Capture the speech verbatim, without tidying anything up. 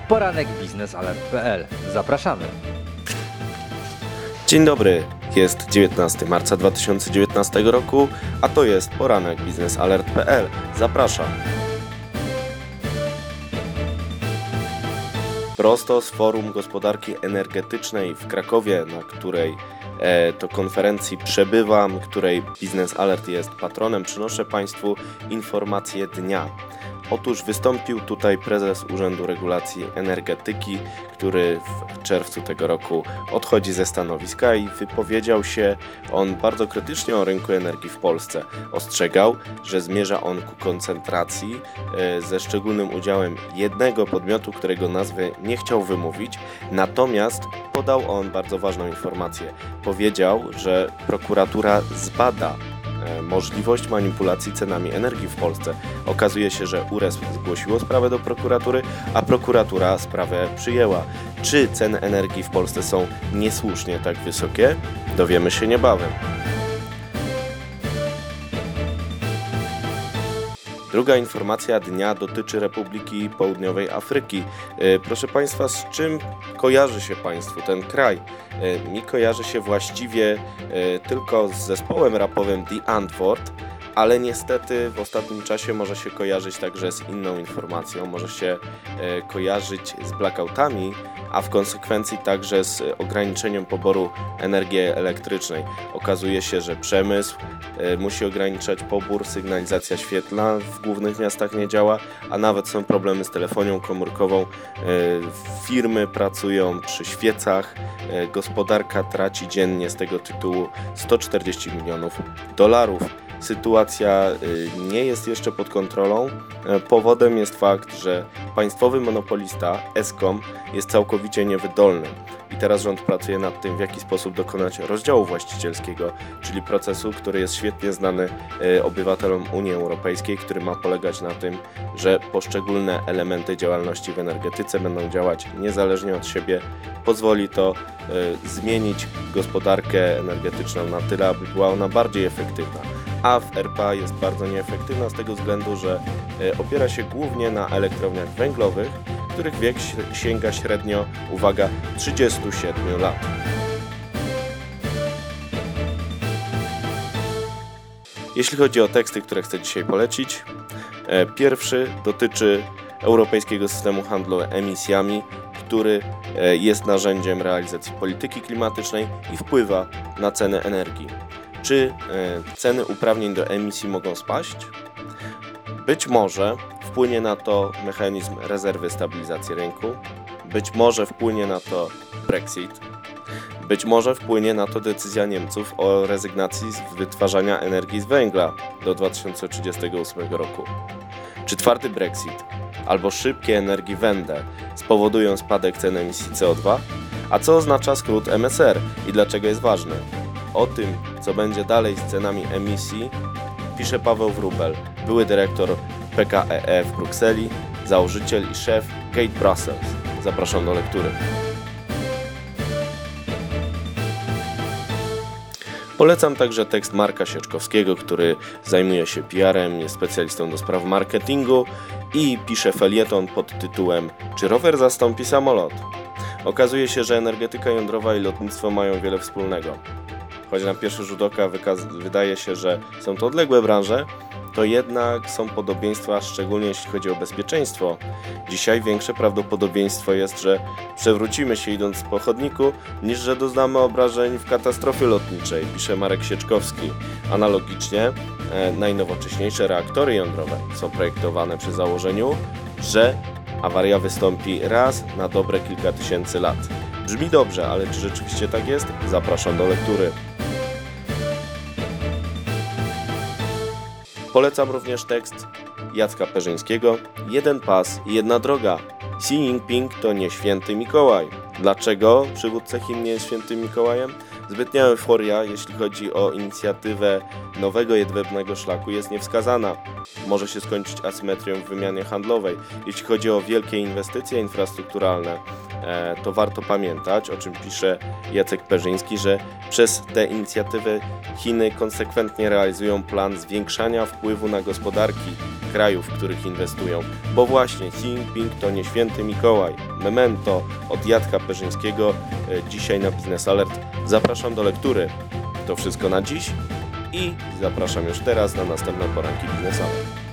poranek biznes alert kropka p l. Zapraszamy. Dzień dobry, jest dziewiętnastego marca dwa tysiące dziewiętnastego roku, a to jest poranek biznes alert kropka p l. Zapraszam. Prosto z Forum Gospodarki Energetycznej w Krakowie, na której e, to konferencji przebywam, której Biznes Alert jest patronem, przynoszę Państwu informacje dnia. Otóż wystąpił tutaj prezes Urzędu Regulacji Energetyki, który w czerwcu tego roku odchodzi ze stanowiska i wypowiedział się on bardzo krytycznie o rynku energii w Polsce. Ostrzegał, że zmierza on ku koncentracji e, ze szczególnym udziałem jednego podmiotu, którego nazwy nie chciał wymówić, natomiast podał on bardzo ważną informację. Powiedział, że prokuratura zbada możliwość manipulacji cenami energii w Polsce. Okazuje się, że U R E S zgłosiło sprawę do prokuratury, a prokuratura sprawę przyjęła. Czy ceny energii w Polsce są niesłusznie tak wysokie? Dowiemy się niebawem. Druga informacja dnia dotyczy Republiki Południowej Afryki. Proszę Państwa, z czym kojarzy się Państwu ten kraj? Mi kojarzy się właściwie tylko z zespołem rapowym The Antwoord, ale niestety w ostatnim czasie może się kojarzyć także z inną informacją, może się kojarzyć z blackoutami, a w konsekwencji także z ograniczeniem poboru energii elektrycznej. Okazuje się, że przemysł musi ograniczać pobór, sygnalizacja świetlna w głównych miastach nie działa, a nawet są problemy z telefonią komórkową. Firmy pracują przy świecach, gospodarka traci dziennie z tego tytułu sto czterdzieści milionów dolarów. Sytuacja nie jest jeszcze pod kontrolą. Powodem jest fakt, że państwowy monopolista Eskom jest całkowicie niewydolny. I teraz rząd pracuje nad tym, w jaki sposób dokonać rozdziału właścicielskiego, czyli procesu, który jest świetnie znany obywatelom Unii Europejskiej, który ma polegać na tym, że poszczególne elementy działalności w energetyce będą działać niezależnie od siebie. Pozwoli to zmienić gospodarkę energetyczną na tyle, aby była ona bardziej efektywna. A w R P A jest bardzo nieefektywna z tego względu, że opiera się głównie na elektrowniach węglowych, których wiek sięga średnio, uwaga, trzydzieści siedem lat. Jeśli chodzi o teksty, które chcę dzisiaj polecić, pierwszy dotyczy Europejskiego Systemu Handlu Emisjami, który jest narzędziem realizacji polityki klimatycznej i wpływa na ceny energii. Czy ceny uprawnień do emisji mogą spaść? Być może wpłynie na to mechanizm rezerwy stabilizacji rynku, być może wpłynie na to Brexit, być może wpłynie na to decyzja Niemców o rezygnacji z wytwarzania energii z węgla do dwa tysiące trzydziestego ósmego roku. Czy twardy Brexit albo szybkie Energiewende spowodują spadek cen emisji C O dwa? A co oznacza skrót M S R i dlaczego jest ważny? O tym, co będzie dalej z cenami emisji, pisze Paweł Wróbel, były dyrektor P K E E w Brukseli, założyciel i szef Gate Brussels. Zapraszam do lektury. Polecam także tekst Marka Sieczkowskiego, który zajmuje się P R-em, jest specjalistą do spraw marketingu i pisze felieton pod tytułem Czy rower zastąpi samolot? Okazuje się, że energetyka jądrowa i lotnictwo mają wiele wspólnego. Choć na pierwszy rzut oka wykaz- wydaje się, że są to odległe branże, to jednak są podobieństwa, szczególnie jeśli chodzi o bezpieczeństwo. Dzisiaj większe prawdopodobieństwo jest, że przewrócimy się idąc po chodniku, niż że doznamy obrażeń w katastrofie lotniczej, pisze Marek Sieczkowski. Analogicznie e, najnowocześniejsze reaktory jądrowe są projektowane przy założeniu, że awaria wystąpi raz na dobre kilka tysięcy lat. Brzmi dobrze, ale czy rzeczywiście tak jest? Zapraszam do lektury. Polecam również tekst Jacka Perzyńskiego Jeden pas i jedna droga. Xi Jinping to nie święty Mikołaj. Dlaczego przywódca Chin nie jest świętym Mikołajem? Zbytnia euforia, jeśli chodzi o inicjatywę nowego jedwabnego szlaku, jest niewskazana. Może się skończyć asymetrią w wymianie handlowej. Jeśli chodzi o wielkie inwestycje infrastrukturalne, e, to warto pamiętać, o czym pisze Jacek Perzyński, że przez tę inicjatywę Chiny konsekwentnie realizują plan zwiększania wpływu na gospodarki krajów, w których inwestują, bo właśnie Xi Jinping to nie święty Mikołaj. Memento od Jacka Perzyńskiego, e, dzisiaj na Biznes Alert. Zapraszam do lektury. To wszystko na dziś i zapraszam już teraz na następne poranki Biznes Alert.